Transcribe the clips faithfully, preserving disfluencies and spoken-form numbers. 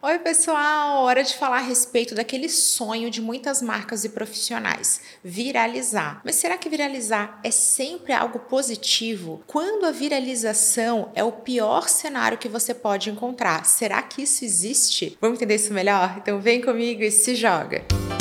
Oi pessoal, hora de falar a respeito daquele sonho de muitas marcas e profissionais, viralizar. Mas será que viralizar é sempre algo positivo? Quando a viralização é o pior cenário que você pode encontrar, será que isso existe? Vamos entender isso melhor? Então vem comigo e se joga!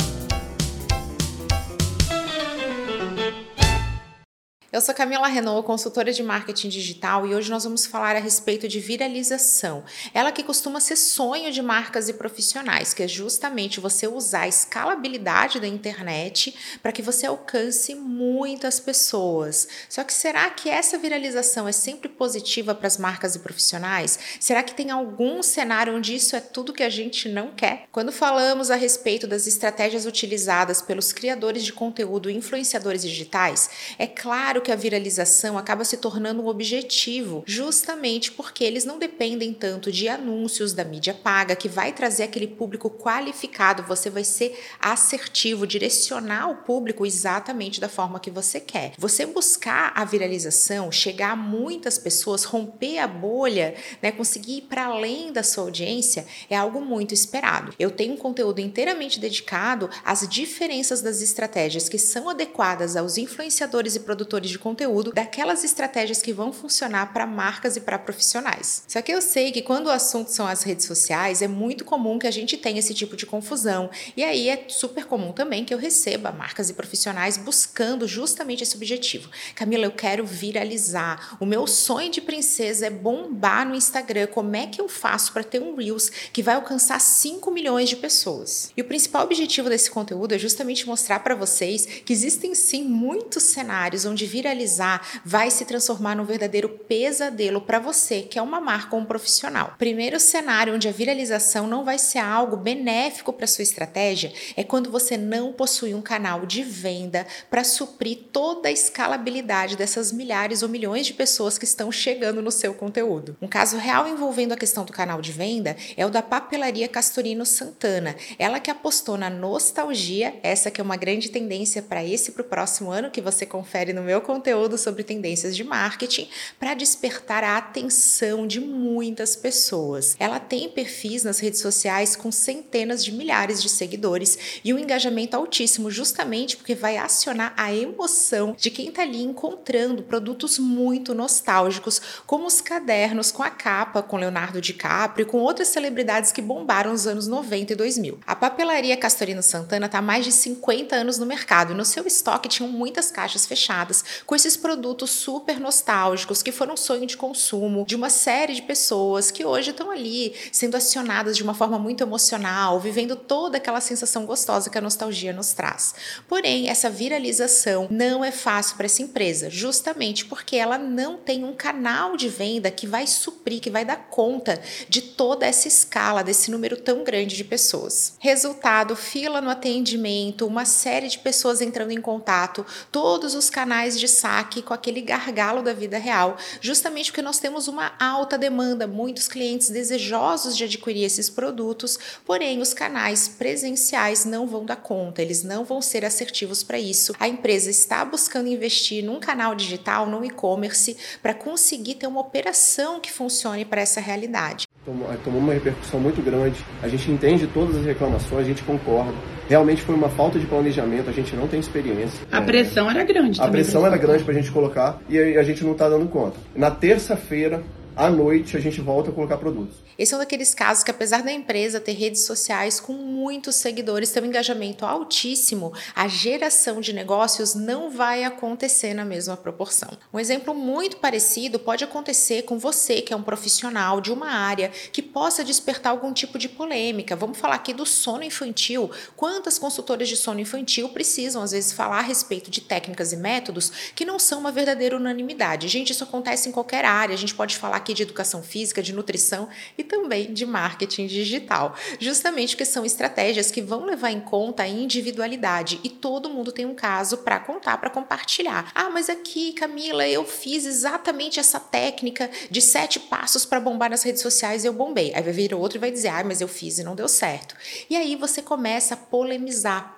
Eu sou Camila Renault, consultora de marketing digital, e hoje nós vamos falar a respeito de viralização. Ela que costuma ser sonho de marcas e profissionais, que é justamente você usar a escalabilidade da internet para que você alcance muitas pessoas. Só que será que essa viralização é sempre positiva para as marcas e profissionais? Será que tem algum cenário onde isso é tudo que a gente não quer? Quando falamos a respeito das estratégias utilizadas pelos criadores de conteúdo e influenciadores digitais, é claro que a viralização acaba se tornando um objetivo, justamente porque eles não dependem tanto de anúncios da mídia paga, que vai trazer aquele público qualificado. Você vai ser assertivo, direcionar o público exatamente da forma que você quer. Você buscar a viralização, chegar a muitas pessoas, romper a bolha, né, conseguir ir para além da sua audiência, é algo muito esperado. Eu tenho um conteúdo inteiramente dedicado às diferenças das estratégias que são adequadas aos influenciadores e produtores de conteúdo, daquelas estratégias que vão funcionar para marcas e para profissionais. Só que eu sei que quando o assunto são as redes sociais, é muito comum que a gente tenha esse tipo de confusão. E aí é super comum também que eu receba marcas e profissionais buscando justamente esse objetivo. Camila, eu quero viralizar. O meu sonho de princesa é bombar no Instagram. Como é que eu faço para ter um Reels que vai alcançar cinco milhões de pessoas? E o principal objetivo desse conteúdo é justamente mostrar para vocês que existem sim muitos cenários onde viralizar vai se transformar num verdadeiro pesadelo para você, que é uma marca ou um profissional. Primeiro cenário onde a viralização não vai ser algo benéfico para sua estratégia é quando você não possui um canal de venda para suprir toda a escalabilidade dessas milhares ou milhões de pessoas que estão chegando no seu conteúdo. Um caso real envolvendo a questão do canal de venda é o da papelaria Castorino Santana. Ela que apostou na nostalgia, essa que é uma grande tendência para esse e para o próximo ano, que você confere no meu conteúdo sobre tendências de marketing, para despertar a atenção de muitas pessoas. Ela tem perfis nas redes sociais com centenas de milhares de seguidores e um engajamento altíssimo, justamente porque vai acionar a emoção de quem está ali encontrando produtos muito nostálgicos, como os cadernos com a capa com Leonardo DiCaprio e com outras celebridades que bombaram nos anos noventa e dois mil. A papelaria Castorino Santana está há mais de cinquenta anos no mercado e no seu estoque tinham muitas caixas fechadas com esses produtos super nostálgicos que foram sonho de consumo de uma série de pessoas que hoje estão ali sendo acionadas de uma forma muito emocional, vivendo toda aquela sensação gostosa que a nostalgia nos traz. Porém, essa viralização não é fácil para essa empresa, justamente porque ela não tem um canal de venda que vai suprir, que vai dar conta de toda essa escala, desse número tão grande de pessoas. Resultado, fila no atendimento, uma série de pessoas entrando em contato, todos os canais de saque com aquele gargalo da vida real, justamente porque nós temos uma alta demanda, muitos clientes desejosos de adquirir esses produtos, porém os canais presenciais não vão dar conta, eles não vão ser assertivos para isso. A empresa está buscando investir num canal digital, num e-commerce, para conseguir ter uma operação que funcione para essa realidade. Tomou, tomou uma repercussão muito grande, a gente entende todas as reclamações, a gente concorda. Realmente foi uma falta de planejamento, a gente não tem experiência. A é, pressão era grande A pressão era grande para a gente colocar e a gente não está dando conta. Na terça-feira, à noite, a gente volta a colocar produtos. Esse é um daqueles casos que, apesar da empresa ter redes sociais com muitos seguidores, ter um engajamento altíssimo, a geração de negócios não vai acontecer na mesma proporção. Um exemplo muito parecido pode acontecer com você, que é um profissional de uma área que possa despertar algum tipo de polêmica. Vamos falar aqui do sono infantil. Quantas consultoras de sono infantil precisam, às vezes, falar a respeito de técnicas e métodos que não são uma verdadeira unanimidade? Gente, isso acontece em qualquer área. A gente pode falar aqui de educação física, de nutrição e também de marketing digital, justamente porque são estratégias que vão levar em conta a individualidade e todo mundo tem um caso para contar, para compartilhar. Ah, mas aqui, Camila, eu fiz exatamente essa técnica de sete passos para bombar nas redes sociais e eu bombei. Aí vai vir outro e vai dizer, ah, mas eu fiz e não deu certo. E aí você começa a polemizar.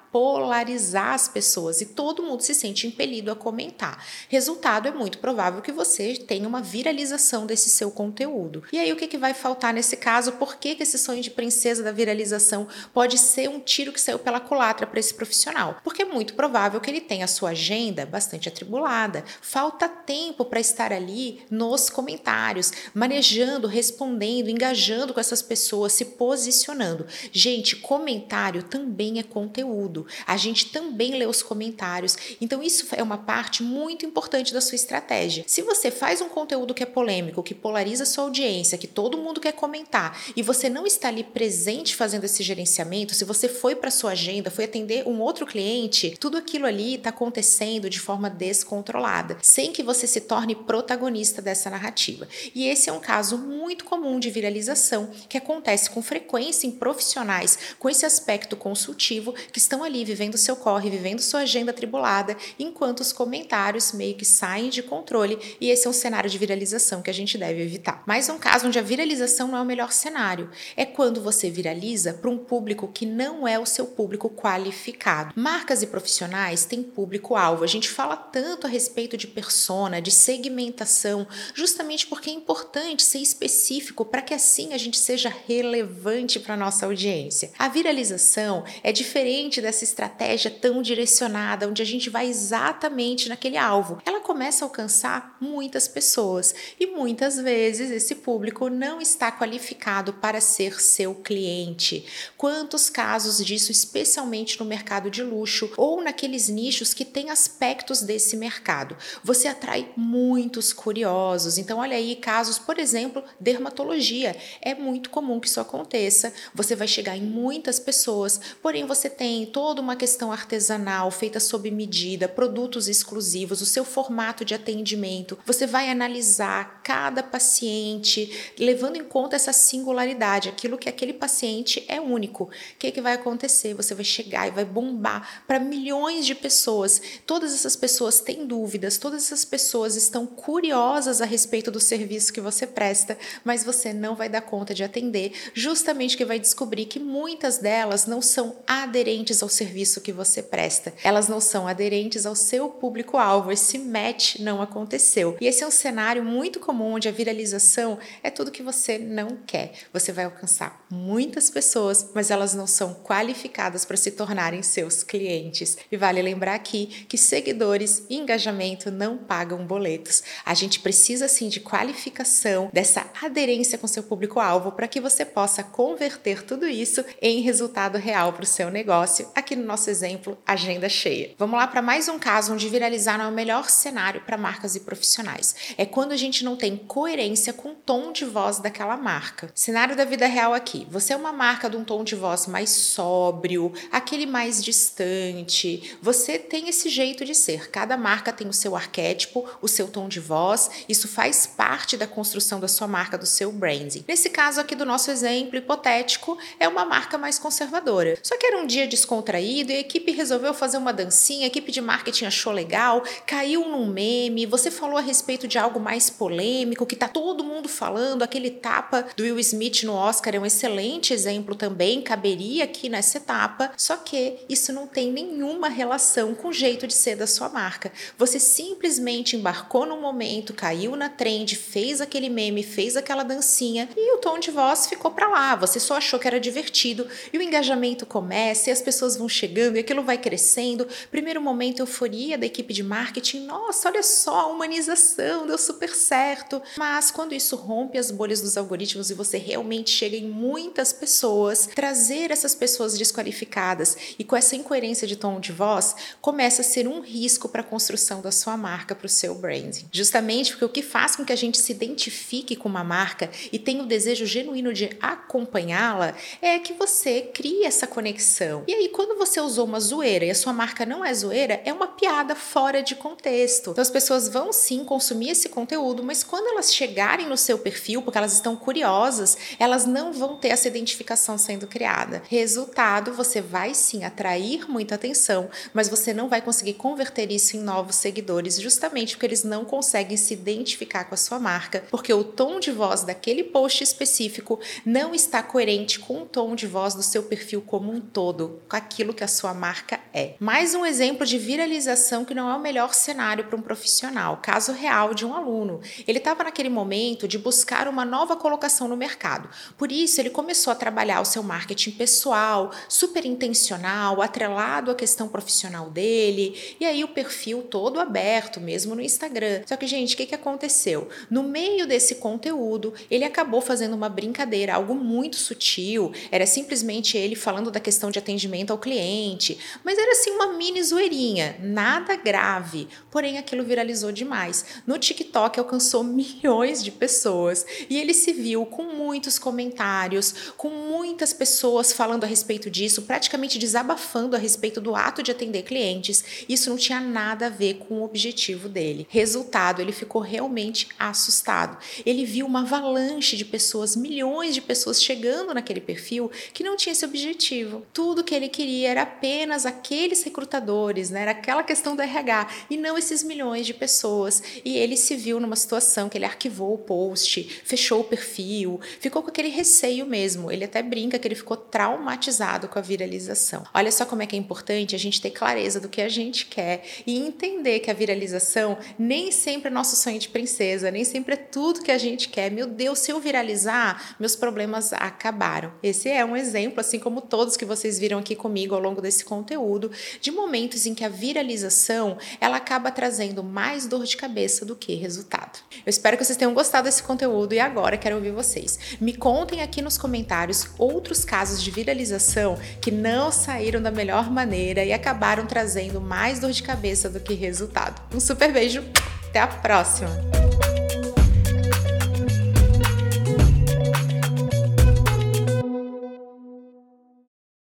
polarizar as pessoas e todo mundo se sente impelido a comentar. Resultado, é muito provável que você tenha uma viralização desse seu conteúdo. E aí o que, que vai faltar nesse caso? Por que, que esse sonho de princesa da viralização pode ser um tiro que saiu pela culatra para esse profissional? Porque é muito provável que ele tenha a sua agenda bastante atribulada. Falta tempo para estar ali nos comentários, manejando, respondendo, engajando com essas pessoas, se posicionando. Gente, comentário também é conteúdo. A gente também lê os comentários. Então isso é uma parte muito importante da sua estratégia. Se você faz um conteúdo que é polêmico, que polariza a sua audiência, que todo mundo quer comentar, e você não está ali presente fazendo esse gerenciamento, se você foi para sua agenda, foi atender um outro cliente, tudo aquilo ali está acontecendo de forma descontrolada, sem que você se torne protagonista dessa narrativa. E esse é um caso muito comum de viralização, que acontece com frequência em profissionais com esse aspecto consultivo, que estão ali vivendo seu corre, vivendo sua agenda atribulada, enquanto os comentários meio que saem de controle, e esse é um cenário de viralização que a gente deve evitar. Mais um caso onde a viralização não é o melhor cenário, é quando você viraliza para um público que não é o seu público qualificado. Marcas e profissionais têm público-alvo, a gente fala tanto a respeito de persona, de segmentação, justamente porque é importante ser específico para que assim a gente seja relevante para a nossa audiência. A viralização é diferente dessa estratégia tão direcionada, onde a gente vai exatamente naquele alvo. Ela começa a alcançar muitas pessoas e muitas vezes esse público não está qualificado para ser seu cliente. Quantos casos disso, especialmente no mercado de luxo ou naqueles nichos que têm aspectos desse mercado? Você atrai muitos curiosos. Então, olha aí casos, por exemplo, dermatologia. É muito comum que isso aconteça. Você vai chegar em muitas pessoas, porém você tem toda uma questão artesanal feita sob medida, produtos exclusivos, o seu formato de atendimento. Você vai analisar cada paciente, levando em conta essa singularidade, aquilo que aquele paciente é único. O que, que vai acontecer? Você vai chegar e vai bombar para milhões de pessoas. Todas essas pessoas têm dúvidas, todas essas pessoas estão curiosas a respeito do serviço que você presta, mas você não vai dar conta de atender, justamente que vai descobrir que muitas delas não são aderentes ao serviço que você presta. Elas não são aderentes ao seu público-alvo. Esse match não aconteceu. E esse é um cenário muito comum onde a viralização é tudo que você não quer. Você vai alcançar muitas pessoas, mas elas não são qualificadas para se tornarem seus clientes. E vale lembrar aqui que seguidores e engajamento não pagam boletos. A gente precisa sim de qualificação, dessa aderência com seu público-alvo para que você possa converter tudo isso em resultado real para o seu negócio. Aqui no nosso exemplo, agenda cheia. Vamos lá para mais um caso onde viralizar não é o melhor cenário para marcas e profissionais. É quando a gente não tem coerência com o tom de voz daquela marca. Cenário da vida real aqui. Você é uma marca de um tom de voz mais sóbrio, aquele mais distante. Você tem esse jeito de ser. Cada marca tem o seu arquétipo, o seu tom de voz. Isso faz parte da construção da sua marca, do seu branding. Nesse caso aqui do nosso exemplo hipotético, é uma marca mais conservadora. Só que era um dia descontraído e a equipe resolveu fazer uma dancinha, a equipe de marketing achou legal, caiu num meme, você falou a respeito de algo mais polêmico, que tá todo mundo falando, aquele tapa do Will Smith no Oscar é um excelente exemplo também, caberia aqui nessa etapa, só que isso não tem nenhuma relação com o jeito de ser da sua marca. Você simplesmente embarcou num momento, caiu na trend, fez aquele meme, fez aquela dancinha e o tom de voz ficou pra lá, você só achou que era divertido e o engajamento começa e as pessoas vão chegando e aquilo vai crescendo. Primeiro momento, euforia da equipe de marketing, nossa, olha só, a humanização, deu super certo. Mas quando isso rompe as bolhas dos algoritmos e você realmente chega em muitas pessoas, trazer essas pessoas desqualificadas e com essa incoerência de tom de voz, começa a ser um risco para a construção da sua marca, para o seu branding. Justamente porque o que faz com que a gente se identifique com uma marca e tenha o desejo genuíno de acompanhá-la é que você cria essa conexão. E aí, quando você usou uma zoeira e a sua marca não é zoeira, é uma piada fora de contexto. Então as pessoas vão sim consumir esse conteúdo, mas quando elas chegarem no seu perfil, porque elas estão curiosas, elas não vão ter essa identificação sendo criada. Resultado, você vai sim atrair muita atenção, mas você não vai conseguir converter isso em novos seguidores, justamente porque eles não conseguem se identificar com a sua marca, porque o tom de voz daquele post específico não está coerente com o tom de voz do seu perfil como um todo, com daquilo que a sua marca é. Mais um exemplo de viralização que não é o melhor cenário para um profissional. Caso real de um aluno. Ele estava naquele momento de buscar uma nova colocação no mercado. Por isso, ele começou a trabalhar o seu marketing pessoal, super intencional, atrelado à questão profissional dele, e aí o perfil todo aberto, mesmo no Instagram. Só que, gente, o que, que aconteceu? No meio desse conteúdo, ele acabou fazendo uma brincadeira, algo muito sutil, era simplesmente ele falando da questão de atendimento ao cliente, mas era assim uma mini zoeirinha, nada grave, porém aquilo viralizou demais. No TikTok alcançou milhões de pessoas e ele se viu com muitos comentários, com muitas pessoas falando a respeito disso, praticamente desabafando a respeito do ato de atender clientes. Isso não tinha nada a ver com o objetivo dele. Resultado, ele ficou realmente assustado. Ele viu uma avalanche de pessoas, milhões de pessoas chegando naquele perfil que não tinha esse objetivo. Tudo que ele queria era apenas aqueles recrutadores, né? Era aquela questão do R H e não esses milhões de pessoas. E ele se viu numa situação que ele arquivou o post, fechou o perfil, ficou com aquele receio mesmo. Ele até brinca que ele ficou traumatizado com a viralização. Olha só como é que é importante a gente ter clareza do que a gente quer e entender que a viralização nem sempre é nosso sonho de princesa, nem sempre é tudo que a gente quer. Meu Deus, se eu viralizar, meus problemas acabaram. Esse é um exemplo, assim como todos que vocês viram aqui comigo ao longo desse conteúdo, de momentos em que a viralização, ela acaba trazendo mais dor de cabeça do que resultado. Eu espero que vocês tenham gostado desse conteúdo e agora quero ouvir vocês. Me contem aqui nos comentários outros casos de viralização que não saíram da melhor maneira e acabaram trazendo mais dor de cabeça do que resultado. Um super beijo, até a próxima!